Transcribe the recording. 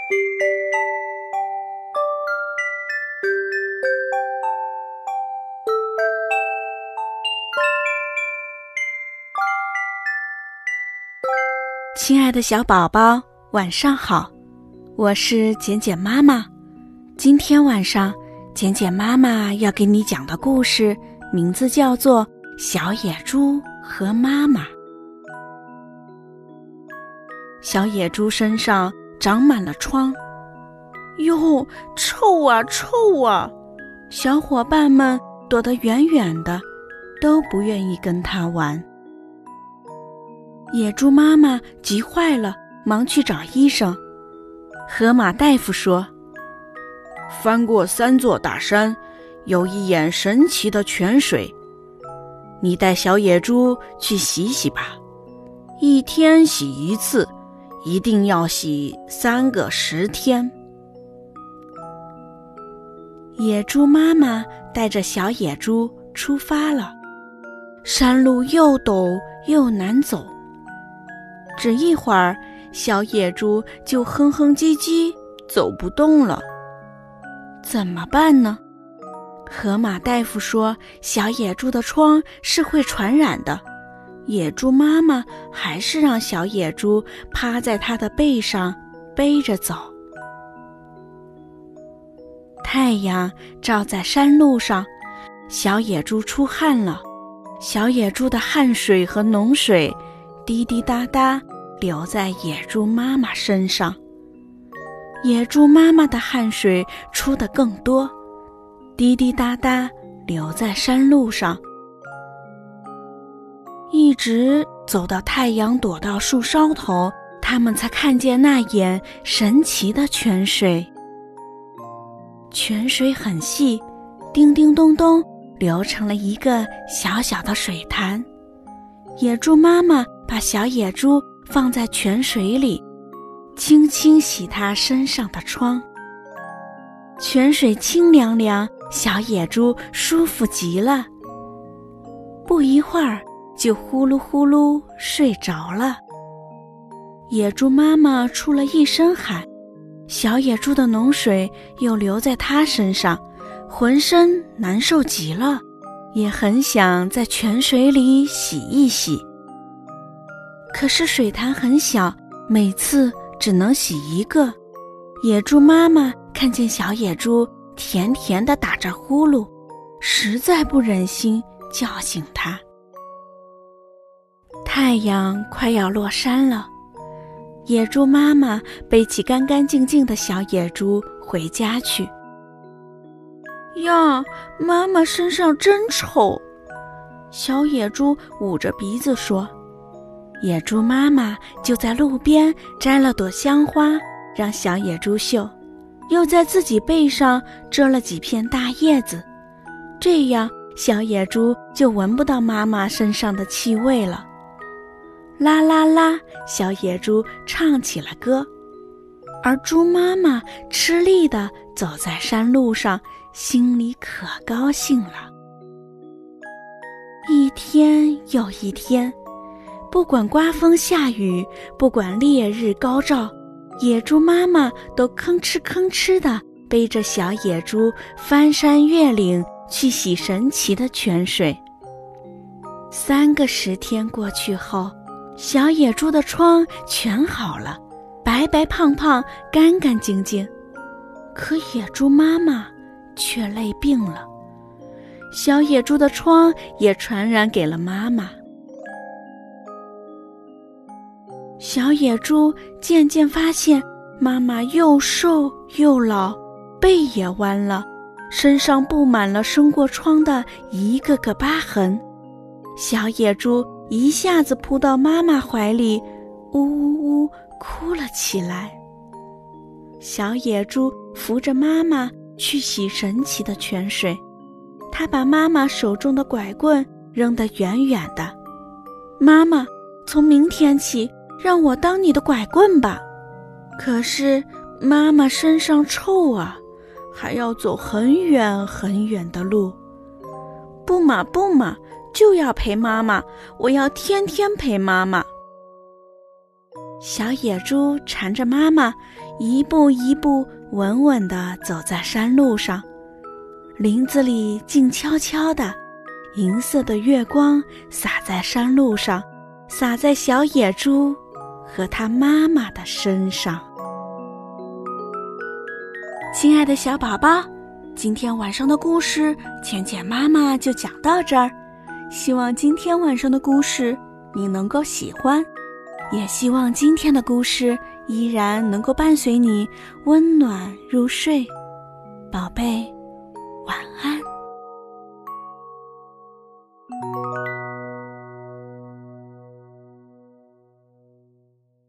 亲爱的小宝宝，晚上好，我是简简妈妈。今天晚上，简简妈妈要给你讲的故事名字叫做《小野猪和妈妈》。小野猪身上长满了疮，哟，臭啊臭啊！小伙伴们躲得远远的，都不愿意跟它玩。野猪妈妈急坏了，忙去找医生。河马大夫说， 翻过3座大山，有一眼神奇的泉水，你带小野猪去洗洗吧，1天洗1次，一定要洗3个10天。 野猪妈妈带着小野猪出发了，山路又陡又难走，只一会儿，小野猪就哼哼唧唧走不动了。怎么办呢？河马大夫说，小野猪的疮是会传染的。野猪妈妈还是让小野猪趴在它的背上背着走。太阳照在山路上，小野猪出汗了。小野猪的汗水和脓水滴滴答答流在野猪妈妈身上，野猪妈妈的汗水出得更多，滴滴答答流在山路上，一直走到太阳躲到树梢头，他们才看见那眼神奇的泉水。泉水很细，叮叮咚咚流成了一个小小的水潭。野猪妈妈把小野猪放在泉水里，轻轻洗它身上的疮。泉水清凉凉，小野猪舒服极了。不一会儿就呼噜呼噜睡着了。野猪妈妈出了一身汗，小野猪的脓水又流在它身上，浑身难受极了，也很想在泉水里洗一洗。可是水潭很小，每次只能洗1个。野猪妈妈看见小野猪甜甜地打着呼噜，实在不忍心叫醒它。太阳快要落山了，野猪妈妈背起干干净净的小野猪回家去。呀，妈妈身上真臭！小野猪捂着鼻子说。野猪妈妈就在路边摘了朵香花让小野猪嗅，又在自己背上遮了几片大叶子，这样小野猪就闻不到妈妈身上的气味了。啦啦啦，小野猪唱起了歌，而猪妈妈吃力地走在山路上，心里可高兴了。一天又一天，不管刮风下雨，不管烈日高照，野猪妈妈都吭哧吭哧地背着小野猪翻山越岭去洗神奇的泉水。3个10天过去后，小野猪的疮全好了，白白胖胖，干干净净。可野猪妈妈却累病了，小野猪的疮也传染给了妈妈。小野猪渐渐发现，妈妈又瘦又老，背也弯了，身上布满了生过疮的一个个疤痕。小野猪一下子扑到妈妈怀里，呜呜呜哭了起来。小野猪扶着妈妈去洗神奇的泉水，它把妈妈手中的拐棍扔得远远的。妈妈，从明天起，让我当你的拐棍吧。可是妈妈身上臭啊，还要走很远很远的路。不嘛不嘛，就要陪妈妈，我要天天陪妈妈。 小野猪缠着妈妈，一步一步稳稳地走在山路上。林子里静悄悄的，银色的月光洒在山路上，洒在小野猪和它妈妈的身上。亲爱的小宝宝，今天晚上的故事浅浅妈妈就讲到这儿。希望今天晚上的故事你能够喜欢，也希望今天的故事依然能够伴随你温暖入睡。宝贝，